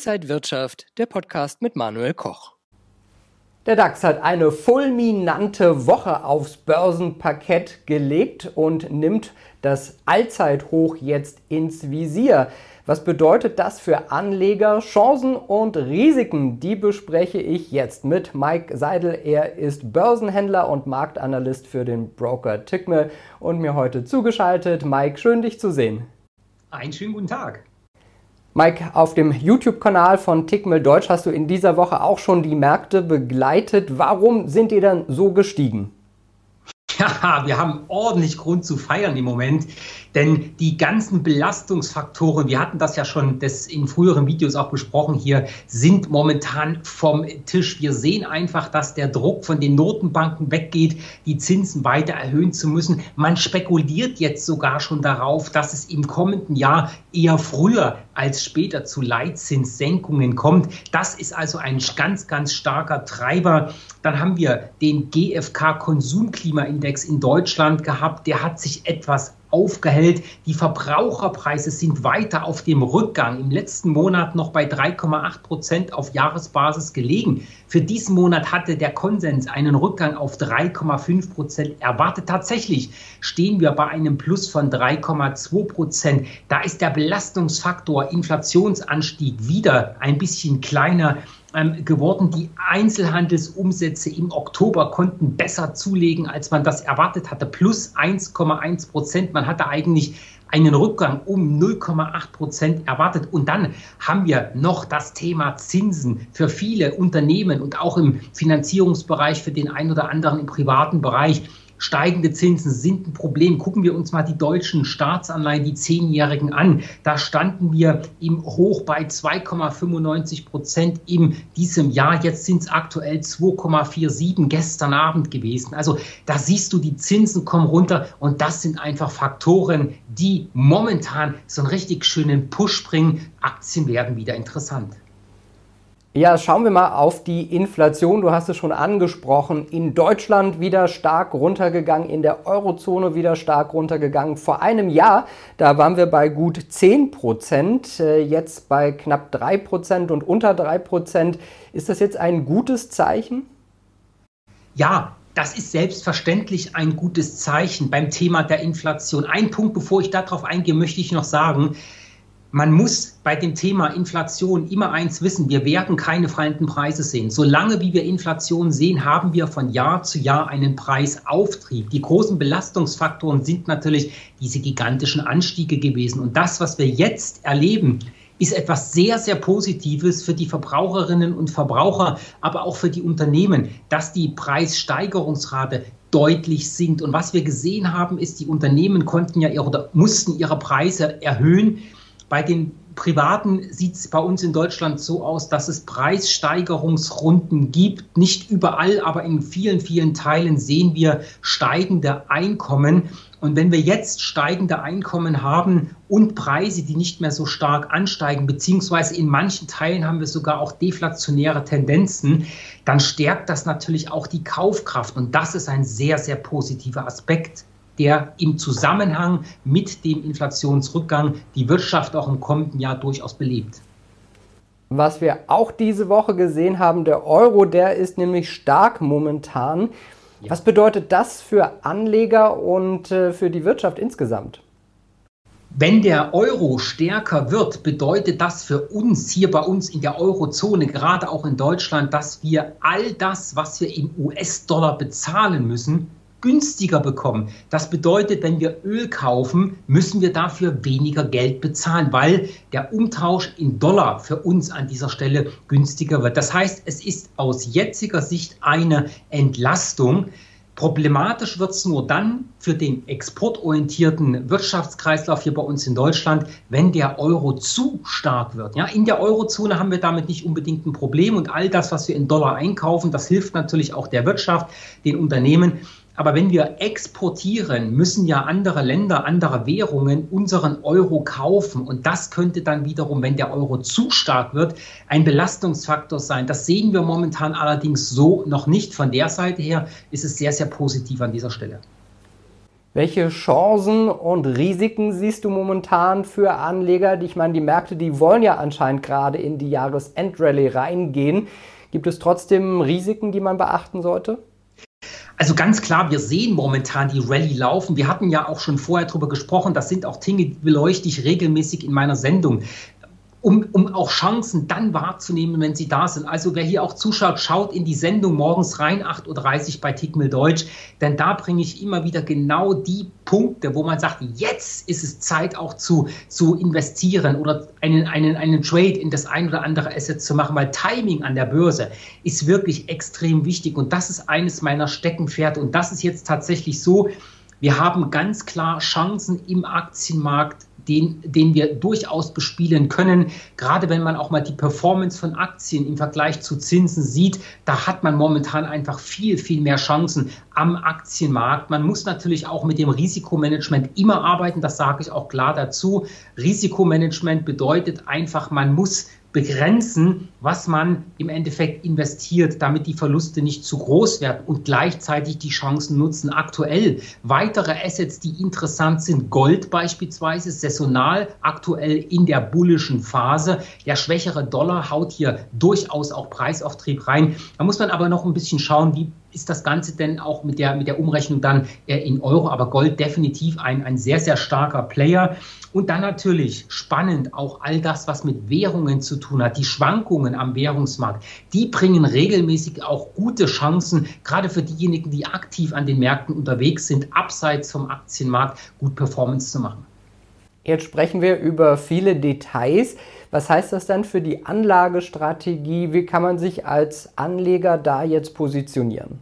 Inside Wirtschaft, der Podcast mit Manuel Koch. Der DAX hat eine fulminante Woche aufs Börsenparkett gelegt und nimmt das Allzeithoch jetzt ins Visier. Was bedeutet das für Anleger? Chancen und Risiken, die bespreche ich jetzt mit Mike Seidel. Er ist Börsenhändler und Marktanalyst für den Broker Tickmill und mir heute zugeschaltet. Mike, schön dich zu sehen. Einen schönen guten Tag. Mike, auf dem YouTube-Kanal von Tickmill Deutsch hast du in dieser Woche auch schon die Märkte begleitet. Warum sind die dann so gestiegen? Ja, wir haben ordentlich Grund zu feiern im Moment, denn die ganzen Belastungsfaktoren, wir hatten das ja schon in früheren Videos auch besprochen hier, sind momentan vom Tisch. Wir sehen einfach, dass der Druck von den Notenbanken weggeht, die Zinsen weiter erhöhen zu müssen. Man spekuliert jetzt sogar schon darauf, dass es im kommenden Jahr eher früher als später zu Leitzinssenkungen kommt. Das ist also ein ganz, ganz starker Treiber. Dann haben wir den GfK-Konsumklimaindex in Deutschland gehabt. Der hat sich etwas aufgehellt. Die Verbraucherpreise sind weiter auf dem Rückgang. Im letzten Monat noch bei 3,8% auf Jahresbasis gelegen. Für diesen Monat hatte der Konsens einen Rückgang auf 3,5% erwartet. Tatsächlich stehen wir bei einem Plus von 3,2%. Da ist der Belastungsfaktor Inflationsanstieg wieder ein bisschen kleiner geworden. Die Einzelhandelsumsätze im Oktober konnten besser zulegen, als man das erwartet hatte. Plus 1,1%. Man hatte eigentlich einen Rückgang um 0,8% erwartet. Und dann haben wir noch das Thema Zinsen für viele Unternehmen und auch im Finanzierungsbereich für den einen oder anderen im privaten Bereich. Steigende Zinsen sind ein Problem. Gucken wir uns mal die deutschen Staatsanleihen, die 10-Jährigen an. Da standen wir im Hoch bei 2,95% in diesem Jahr. Jetzt sind es aktuell 2,47 gestern Abend gewesen. Also da siehst du, die Zinsen kommen runter und das sind einfach Faktoren, die momentan so einen richtig schönen Push bringen. Aktien werden wieder interessant. Ja, schauen wir mal auf die Inflation. Du hast es schon angesprochen. In Deutschland wieder stark runtergegangen, in der Eurozone wieder stark runtergegangen. Vor einem Jahr, da waren wir bei gut 10%, jetzt bei knapp 3% und unter 3%. Ist das jetzt ein gutes Zeichen? Ja, das ist selbstverständlich ein gutes Zeichen beim Thema der Inflation. Ein Punkt, bevor ich darauf eingehe, möchte ich noch sagen: Man muss bei dem Thema Inflation immer eins wissen: Wir werden keine fallenden Preise sehen. Solange wie wir Inflation sehen, haben wir von Jahr zu Jahr einen Preisauftrieb. Die großen Belastungsfaktoren sind natürlich diese gigantischen Anstiege gewesen. Und das, was wir jetzt erleben, ist etwas sehr, sehr Positives für die Verbraucherinnen und Verbraucher, aber auch für die Unternehmen, dass die Preissteigerungsrate deutlich sinkt. Und was wir gesehen haben, ist, die Unternehmen mussten ihre Preise erhöhen. Bei den Privaten sieht es bei uns in Deutschland so aus, dass es Preissteigerungsrunden gibt. Nicht überall, aber in vielen, vielen Teilen sehen wir steigende Einkommen. Und wenn wir jetzt steigende Einkommen haben und Preise, die nicht mehr so stark ansteigen, beziehungsweise in manchen Teilen haben wir sogar auch deflationäre Tendenzen, dann stärkt das natürlich auch die Kaufkraft. Und das ist ein sehr, sehr positiver Aspekt, der im Zusammenhang mit dem Inflationsrückgang die Wirtschaft auch im kommenden Jahr durchaus belebt. Was wir auch diese Woche gesehen haben, der Euro, der ist nämlich stark momentan. Ja. Was bedeutet das für Anleger und für die Wirtschaft insgesamt? Wenn der Euro stärker wird, bedeutet das für uns hier bei uns in der Eurozone, gerade auch in Deutschland, dass wir all das, was wir im US-Dollar bezahlen müssen, günstiger bekommen. Das bedeutet, wenn wir Öl kaufen, müssen wir dafür weniger Geld bezahlen, weil der Umtausch in Dollar für uns an dieser Stelle günstiger wird. Das heißt, es ist aus jetziger Sicht eine Entlastung. Problematisch wird es nur dann für den exportorientierten Wirtschaftskreislauf hier bei uns in Deutschland, wenn der Euro zu stark wird. Ja, in der Eurozone haben wir damit nicht unbedingt ein Problem und all das, was wir in Dollar einkaufen, das hilft natürlich auch der Wirtschaft, den Unternehmen. Aber wenn wir exportieren, müssen ja andere Länder, andere Währungen unseren Euro kaufen. Und das könnte dann wiederum, wenn der Euro zu stark wird, ein Belastungsfaktor sein. Das sehen wir momentan allerdings so noch nicht. Von der Seite her ist es sehr, sehr positiv an dieser Stelle. Welche Chancen und Risiken siehst du momentan für Anleger? Ich meine, die Märkte, die wollen ja anscheinend gerade in die Jahresendrallye reingehen. Gibt es trotzdem Risiken, die man beachten sollte? Also ganz klar, wir sehen momentan die Rallye laufen. Wir hatten ja auch schon vorher darüber gesprochen. Das sind auch Dinge, die beleuchte ich regelmäßig in meiner Sendung, um auch Chancen dann wahrzunehmen, wenn sie da sind. Also wer hier auch zuschaut, schaut in die Sendung morgens rein, 8:30 Uhr bei Tickmill Deutsch, denn da bringe ich immer wieder genau die Punkte, wo man sagt, jetzt ist es Zeit auch zu investieren oder einen Trade in das ein oder andere Asset zu machen, weil Timing an der Börse ist wirklich extrem wichtig und das ist eines meiner Steckenpferde und das ist jetzt tatsächlich so, wir haben ganz klar Chancen im Aktienmarkt, den wir durchaus bespielen können. Gerade wenn man auch mal die Performance von Aktien im Vergleich zu Zinsen sieht, da hat man momentan einfach viel, viel mehr Chancen am Aktienmarkt. Man muss natürlich auch mit dem Risikomanagement immer arbeiten, das sage ich auch klar dazu. Risikomanagement bedeutet einfach, man muss begrenzen, was man im Endeffekt investiert, damit die Verluste nicht zu groß werden und gleichzeitig die Chancen nutzen. Aktuell weitere Assets, die interessant sind, Gold beispielsweise, saisonal, aktuell in der bullischen Phase. Der schwächere Dollar haut hier durchaus auch Preisauftrieb rein. Da muss man aber noch ein bisschen schauen, wie ist das Ganze denn auch mit der Umrechnung dann in Euro, aber Gold definitiv ein sehr, sehr starker Player. Und dann natürlich spannend auch all das, was mit Währungen zu tun hat. Die Schwankungen am Währungsmarkt, die bringen regelmäßig auch gute Chancen, gerade für diejenigen, die aktiv an den Märkten unterwegs sind, abseits vom Aktienmarkt gut Performance zu machen. Jetzt sprechen wir über viele Details. Was heißt das dann für die Anlagestrategie? Wie kann man sich als Anleger da jetzt positionieren?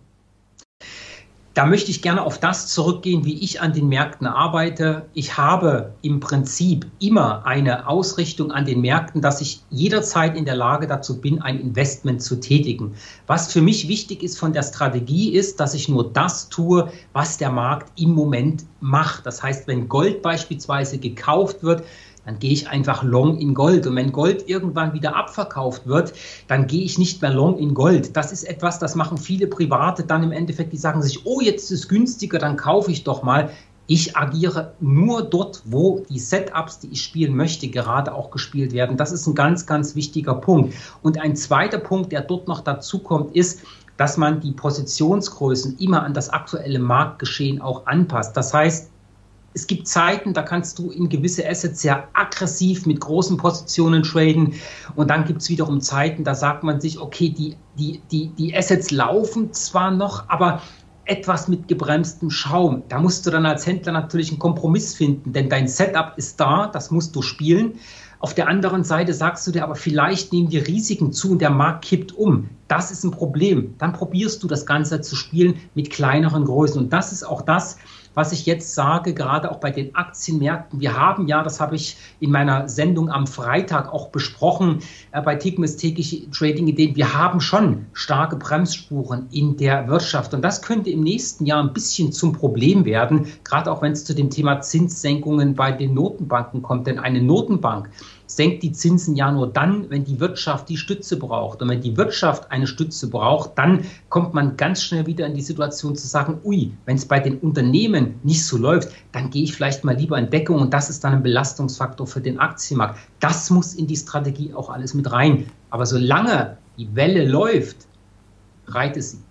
Da möchte ich gerne auf das zurückgehen, wie ich an den Märkten arbeite. Ich habe im Prinzip immer eine Ausrichtung an den Märkten, dass ich jederzeit in der Lage dazu bin, ein Investment zu tätigen. Was für mich wichtig ist von der Strategie ist, dass ich nur das tue, was der Markt im Moment macht. Das heißt, wenn Gold beispielsweise gekauft wird, dann gehe ich einfach long in Gold. Und wenn Gold irgendwann wieder abverkauft wird, dann gehe ich nicht mehr long in Gold. Das ist etwas, das machen viele Private dann im Endeffekt, die sagen sich, oh, jetzt ist es günstiger, dann kaufe ich doch mal. Ich agiere nur dort, wo die Setups, die ich spielen möchte, gerade auch gespielt werden. Das ist ein ganz, ganz wichtiger Punkt. Und ein zweiter Punkt, der dort noch dazu kommt, ist, dass man die Positionsgrößen immer an das aktuelle Marktgeschehen auch anpasst. Das heißt, es gibt Zeiten, da kannst du in gewisse Assets sehr aggressiv mit großen Positionen traden und dann gibt es wiederum Zeiten, da sagt man sich, okay, die Assets laufen zwar noch, aber etwas mit gebremstem Schaum. Da musst du dann als Händler natürlich einen Kompromiss finden, denn dein Setup ist da, das musst du spielen. Auf der anderen Seite sagst du dir aber, vielleicht nehmen die Risiken zu und der Markt kippt um. Das ist ein Problem. Dann probierst du das Ganze zu spielen mit kleineren Größen und das ist auch das, was ich jetzt sage, gerade auch bei den Aktienmärkten. Wir haben ja, das habe ich in meiner Sendung am Freitag auch besprochen, bei Tickmills tägliche Trading-Ideen, wir haben schon starke Bremsspuren in der Wirtschaft. Und das könnte im nächsten Jahr ein bisschen zum Problem werden, gerade auch wenn es zu dem Thema Zinssenkungen bei den Notenbanken kommt. Denn eine Notenbank senkt die Zinsen ja nur dann, wenn die Wirtschaft die Stütze braucht. Und wenn die Wirtschaft eine Stütze braucht, dann kommt man ganz schnell wieder in die Situation zu sagen, ui, wenn es bei den Unternehmen nicht so läuft, dann gehe ich vielleicht mal lieber in Deckung und das ist dann ein Belastungsfaktor für den Aktienmarkt. Das muss in die Strategie auch alles mit rein. Aber solange die Welle läuft, reite sie.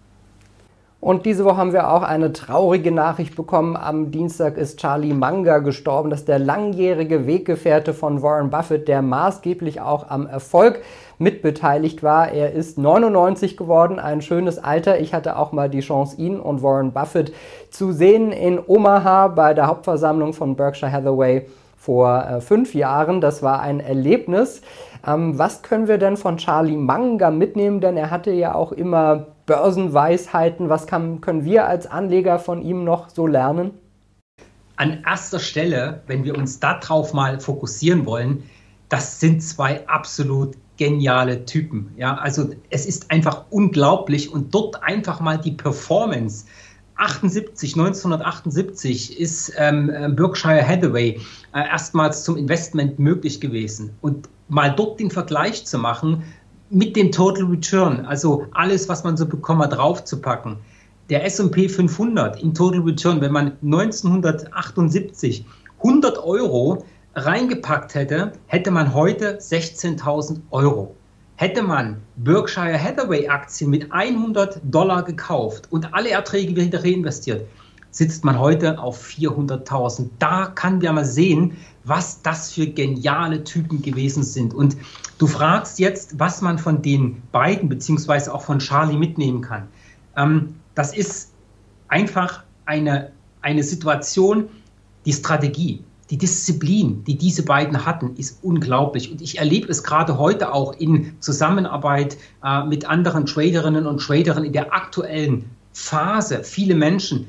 Und diese Woche haben wir auch eine traurige Nachricht bekommen. Am Dienstag ist Charlie Munger gestorben. Das ist der langjährige Weggefährte von Warren Buffett, der maßgeblich auch am Erfolg mitbeteiligt war. Er ist 99 geworden, ein schönes Alter. Ich hatte auch mal die Chance, ihn und Warren Buffett zu sehen in Omaha bei der Hauptversammlung von Berkshire Hathaway vor 5 Jahren. Das war ein Erlebnis. Was können wir denn von Charlie Munger mitnehmen? Denn er hatte ja auch immer Börsenweisheiten. Was können wir als Anleger von ihm noch so lernen? An erster Stelle, wenn wir uns darauf mal fokussieren wollen, das sind zwei absolut geniale Typen. Ja, also es ist einfach unglaublich und dort einfach mal die Performance. 1978 ist Berkshire Hathaway erstmals zum Investment möglich gewesen. Und mal dort den Vergleich zu machen mit dem Total Return, also alles, was man so bekommen hat, draufzupacken. der S&P 500 in Total Return, wenn man 1978 100 € reingepackt hätte, hätte man heute 16.000 €. Hätte man Berkshire Hathaway Aktien mit $100 gekauft und alle Erträge wieder reinvestiert, sitzt man heute auf 400.000. Da kann man mal sehen, was das für geniale Typen gewesen sind. Und du fragst jetzt, was man von den beiden beziehungsweise auch von Charlie mitnehmen kann. Das ist einfach eine Situation, die Strategie, die Disziplin, die diese beiden hatten, ist unglaublich. Und ich erlebe es gerade heute auch in Zusammenarbeit mit anderen Traderinnen und Tradern in der aktuellen Phase. Viele Menschen,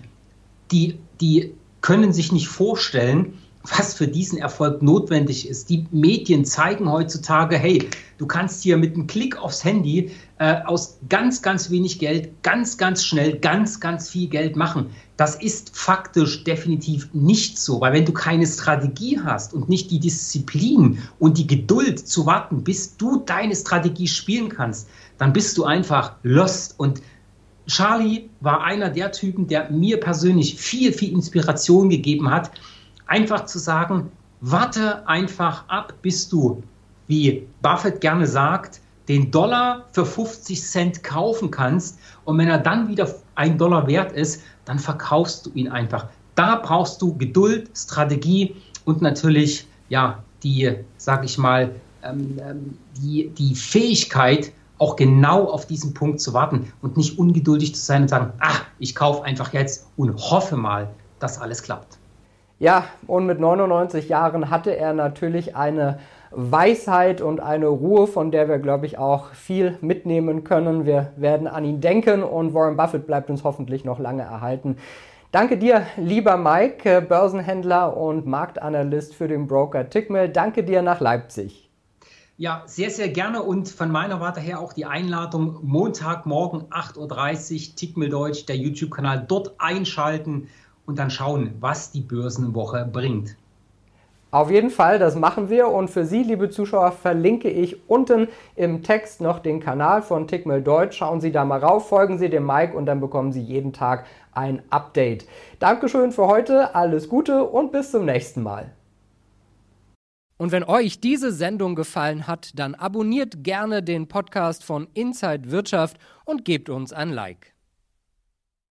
die können sich nicht vorstellen, was für diesen Erfolg notwendig ist. Die Medien zeigen heutzutage, hey, du kannst hier mit einem Klick aufs Handy aus ganz, ganz wenig Geld, ganz, ganz schnell, ganz, ganz viel Geld machen. Das ist faktisch definitiv nicht so, weil wenn du keine Strategie hast und nicht die Disziplin und die Geduld zu warten, bis du deine Strategie spielen kannst, dann bist du einfach lost. Und Charlie war einer der Typen, der mir persönlich viel, viel Inspiration gegeben hat, einfach zu sagen, warte einfach ab, bis du, wie Buffett gerne sagt, den Dollar für 50 Cent kaufen kannst und wenn er dann wieder $1 wert ist, dann verkaufst du ihn einfach. Da brauchst du Geduld, Strategie und natürlich ja die, sag ich mal, die Fähigkeit, auch genau auf diesen Punkt zu warten und nicht ungeduldig zu sein und sagen, ich kaufe einfach jetzt und hoffe mal, dass alles klappt. Ja, und mit 99 Jahren hatte er natürlich eine Weisheit und eine Ruhe, von der wir, glaube ich, auch viel mitnehmen können. Wir werden an ihn denken und Warren Buffett bleibt uns hoffentlich noch lange erhalten. Danke dir, lieber Mike, Börsenhändler und Marktanalyst für den Broker Tickmill. Danke dir nach Leipzig. Ja, sehr, sehr gerne und von meiner Warte her auch die Einladung, Montagmorgen 8:30 Uhr, Tickmill Deutsch, der YouTube-Kanal, dort einschalten und dann schauen, was die Börsenwoche bringt. Auf jeden Fall, das machen wir und für Sie, liebe Zuschauer, verlinke ich unten im Text noch den Kanal von Tickmill Deutsch. Schauen Sie da mal rauf, folgen Sie dem Mike und dann bekommen Sie jeden Tag ein Update. Dankeschön für heute, alles Gute und bis zum nächsten Mal. Und wenn euch diese Sendung gefallen hat, dann abonniert gerne den Podcast von Inside Wirtschaft und gebt uns ein Like.